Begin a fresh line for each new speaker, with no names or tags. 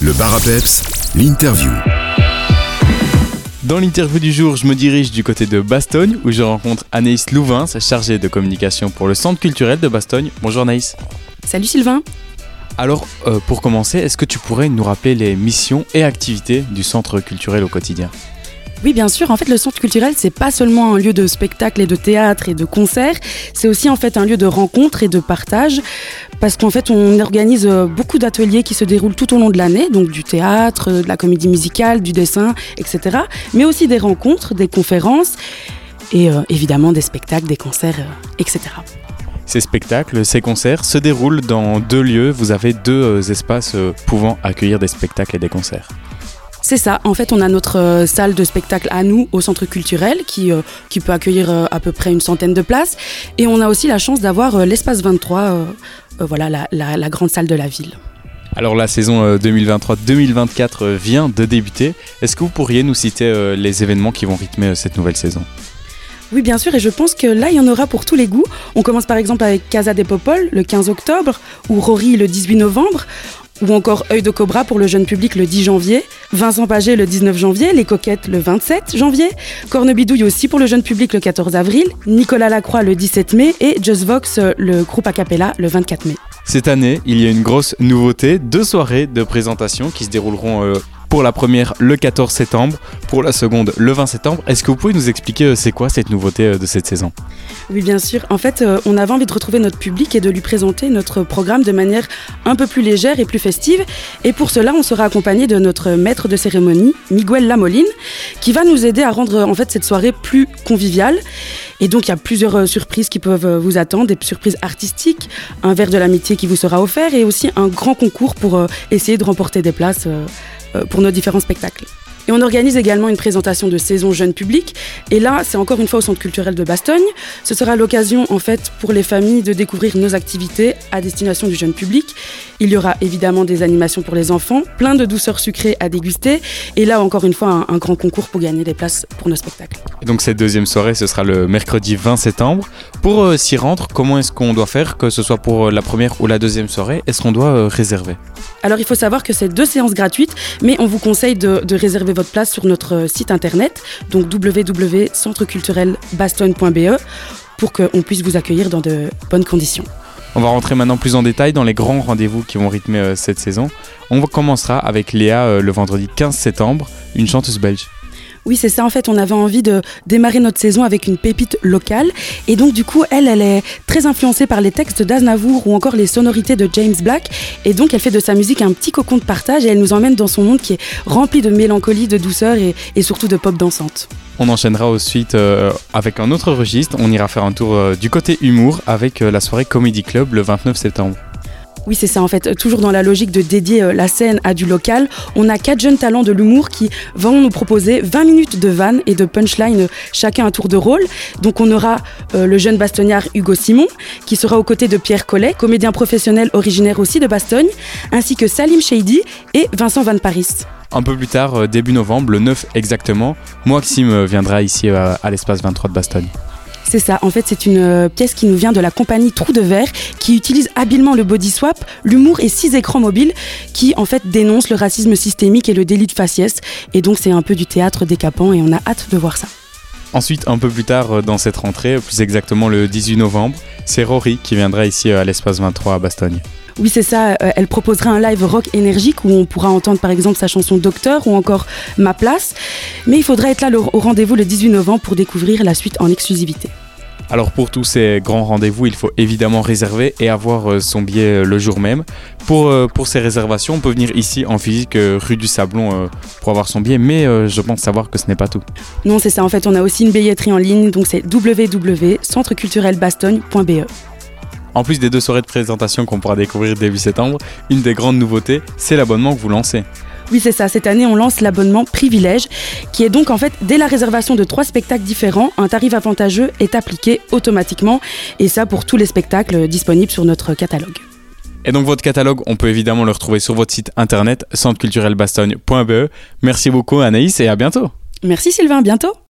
Le Bar à Peps, l'interview.
Dans l'interview du jour, je me dirige du côté de Bastogne où je rencontre Anaïs Louvain, chargée de communication pour le Centre culturel de Bastogne. Bonjour Anaïs.
Salut Sylvain.
Alors, pour commencer, est-ce que tu pourrais nous rappeler les missions et activités du Centre culturel au quotidien ?
Oui, bien sûr. En fait, le centre culturel, c'est pas seulement un lieu de spectacle et de théâtre et de concerts, c'est aussi en fait un lieu de rencontre et de partage, parce qu'en fait, on organise beaucoup d'ateliers qui se déroulent tout au long de l'année, donc du théâtre, de la comédie musicale, du dessin, etc. Mais aussi des rencontres, des conférences et évidemment des spectacles, des concerts, etc.
Ces spectacles, ces concerts se déroulent dans 2 lieux. Vous avez 2 espaces pouvant accueillir des spectacles et des concerts.
C'est ça, en fait on a notre salle de spectacle à nous au centre culturel qui peut accueillir à peu près une centaine de places, et on a aussi la chance d'avoir l'espace 23, la grande salle de la ville.
Alors la saison 2023-2024 vient de débuter. Est-ce que vous pourriez nous citer les événements qui vont rythmer cette nouvelle saison ?
Oui, bien sûr, et je pense que là, il y en aura pour tous les goûts. On commence par exemple avec Casa des Popoles le 15 octobre, ou Rory le 18 novembre, ou encore Œil de Cobra pour le jeune public le 10 janvier, Vincent Paget le 19 janvier, Les Coquettes le 27 janvier, Cornebidouille aussi pour le jeune public le 14 avril, Nicolas Lacroix le 17 mai et Just Vox, le groupe a cappella, le 24 mai.
Cette année, il y a une grosse nouveauté, 2 soirées de présentation qui se dérouleront pour la première le 14 septembre, pour la seconde le 20 septembre. Est-ce que vous pouvez nous expliquer c'est quoi cette nouveauté de cette saison ?
Oui, bien sûr. En fait, on avait envie de retrouver notre public et de lui présenter notre programme de manière un peu plus légère et plus festive. Et pour cela, on sera accompagné de notre maître de cérémonie, Miguel Lamoline, qui va nous aider à rendre en fait cette soirée plus conviviale. Et donc, il y a plusieurs surprises qui peuvent vous attendre, des surprises artistiques, un verre de l'amitié qui vous sera offert et aussi un grand concours pour essayer de remporter des places pour nos différents spectacles. Et on organise également une présentation de saison jeune public. Et là, c'est encore une fois au Centre culturel de Bastogne. Ce sera l'occasion, en fait, pour les familles de découvrir nos activités à destination du jeune public. Il y aura évidemment des animations pour les enfants, plein de douceurs sucrées à déguster. Et là, encore une fois, un grand concours pour gagner des places pour nos spectacles.
Et donc, cette deuxième soirée, ce sera le mercredi 20 septembre. Pour s'y rendre, comment est-ce qu'on doit faire, que ce soit pour la première ou la deuxième soirée ? Est-ce qu'on doit réserver ?
Alors, il faut savoir que c'est 2 séances gratuites, mais on vous conseille de réserver votre place sur notre site internet, donc www.centreculturelbastogne.be, pour qu'on puisse vous accueillir dans de bonnes conditions.
On va rentrer maintenant plus en détail dans les grands rendez-vous qui vont rythmer cette saison. On commencera avec Léa le vendredi 15 septembre, une chanteuse belge.
Oui, c'est ça. En fait, on avait envie de démarrer notre saison avec une pépite locale. Et donc, du coup, elle est très influencée par les textes d'Aznavour ou encore les sonorités de James Black. Et donc, elle fait de sa musique un petit cocon de partage et elle nous emmène dans son monde qui est rempli de mélancolie, de douceur et surtout de pop dansante.
On enchaînera ensuite avec un autre registre. On ira faire un tour du côté humour avec la soirée Comedy Club le 29 septembre.
Oui, c'est ça, en fait, toujours dans la logique de dédier la scène à du local. On a 4 jeunes talents de l'humour qui vont nous proposer 20 minutes de vannes et de punchline, chacun à tour de rôle. Donc on aura le jeune bastognard Hugo Simon, qui sera aux côtés de Pierre Collet, comédien professionnel originaire aussi de Bastogne, ainsi que Salim Shady et Vincent Van Paris.
Un peu plus tard, début novembre, le 9 exactement, Moaxim viendra ici à l'espace 23 de Bastogne.
C'est ça, en fait c'est une pièce qui nous vient de la compagnie Trou de Verre qui utilise habilement le body swap, l'humour et 6 écrans mobiles qui en fait dénoncent le racisme systémique et le délit de faciès, et donc c'est un peu du théâtre décapant et on a hâte de voir ça.
Ensuite, un peu plus tard dans cette rentrée, plus exactement le 18 novembre, c'est Rory qui viendra ici à l'espace 23 à Bastogne.
Oui, c'est ça, elle proposera un live rock énergique où on pourra entendre par exemple sa chanson Docteur ou encore Ma Place. Mais il faudra être là au rendez-vous le 18 novembre pour découvrir la suite en exclusivité.
Alors pour tous ces grands rendez-vous, il faut évidemment réserver et avoir son billet le jour même. Pour ces réservations, on peut venir ici en physique rue du Sablon pour avoir son billet, mais je pense savoir que ce n'est pas tout.
Non, c'est ça, en fait on a aussi une billetterie en ligne, donc c'est www.centreculturelbastogne.be.
En plus des 2 soirées de présentation qu'on pourra découvrir début septembre, une des grandes nouveautés, c'est l'abonnement que vous lancez.
Oui, c'est ça. Cette année, on lance l'abonnement Privilège, qui est donc en fait, dès la réservation de 3 spectacles différents, un tarif avantageux est appliqué automatiquement. Et ça pour tous les spectacles disponibles sur notre catalogue.
Et donc votre catalogue, on peut évidemment le retrouver sur votre site internet centreculturelbastogne.be. Merci beaucoup Anaïs et à bientôt.
Merci Sylvain, à bientôt.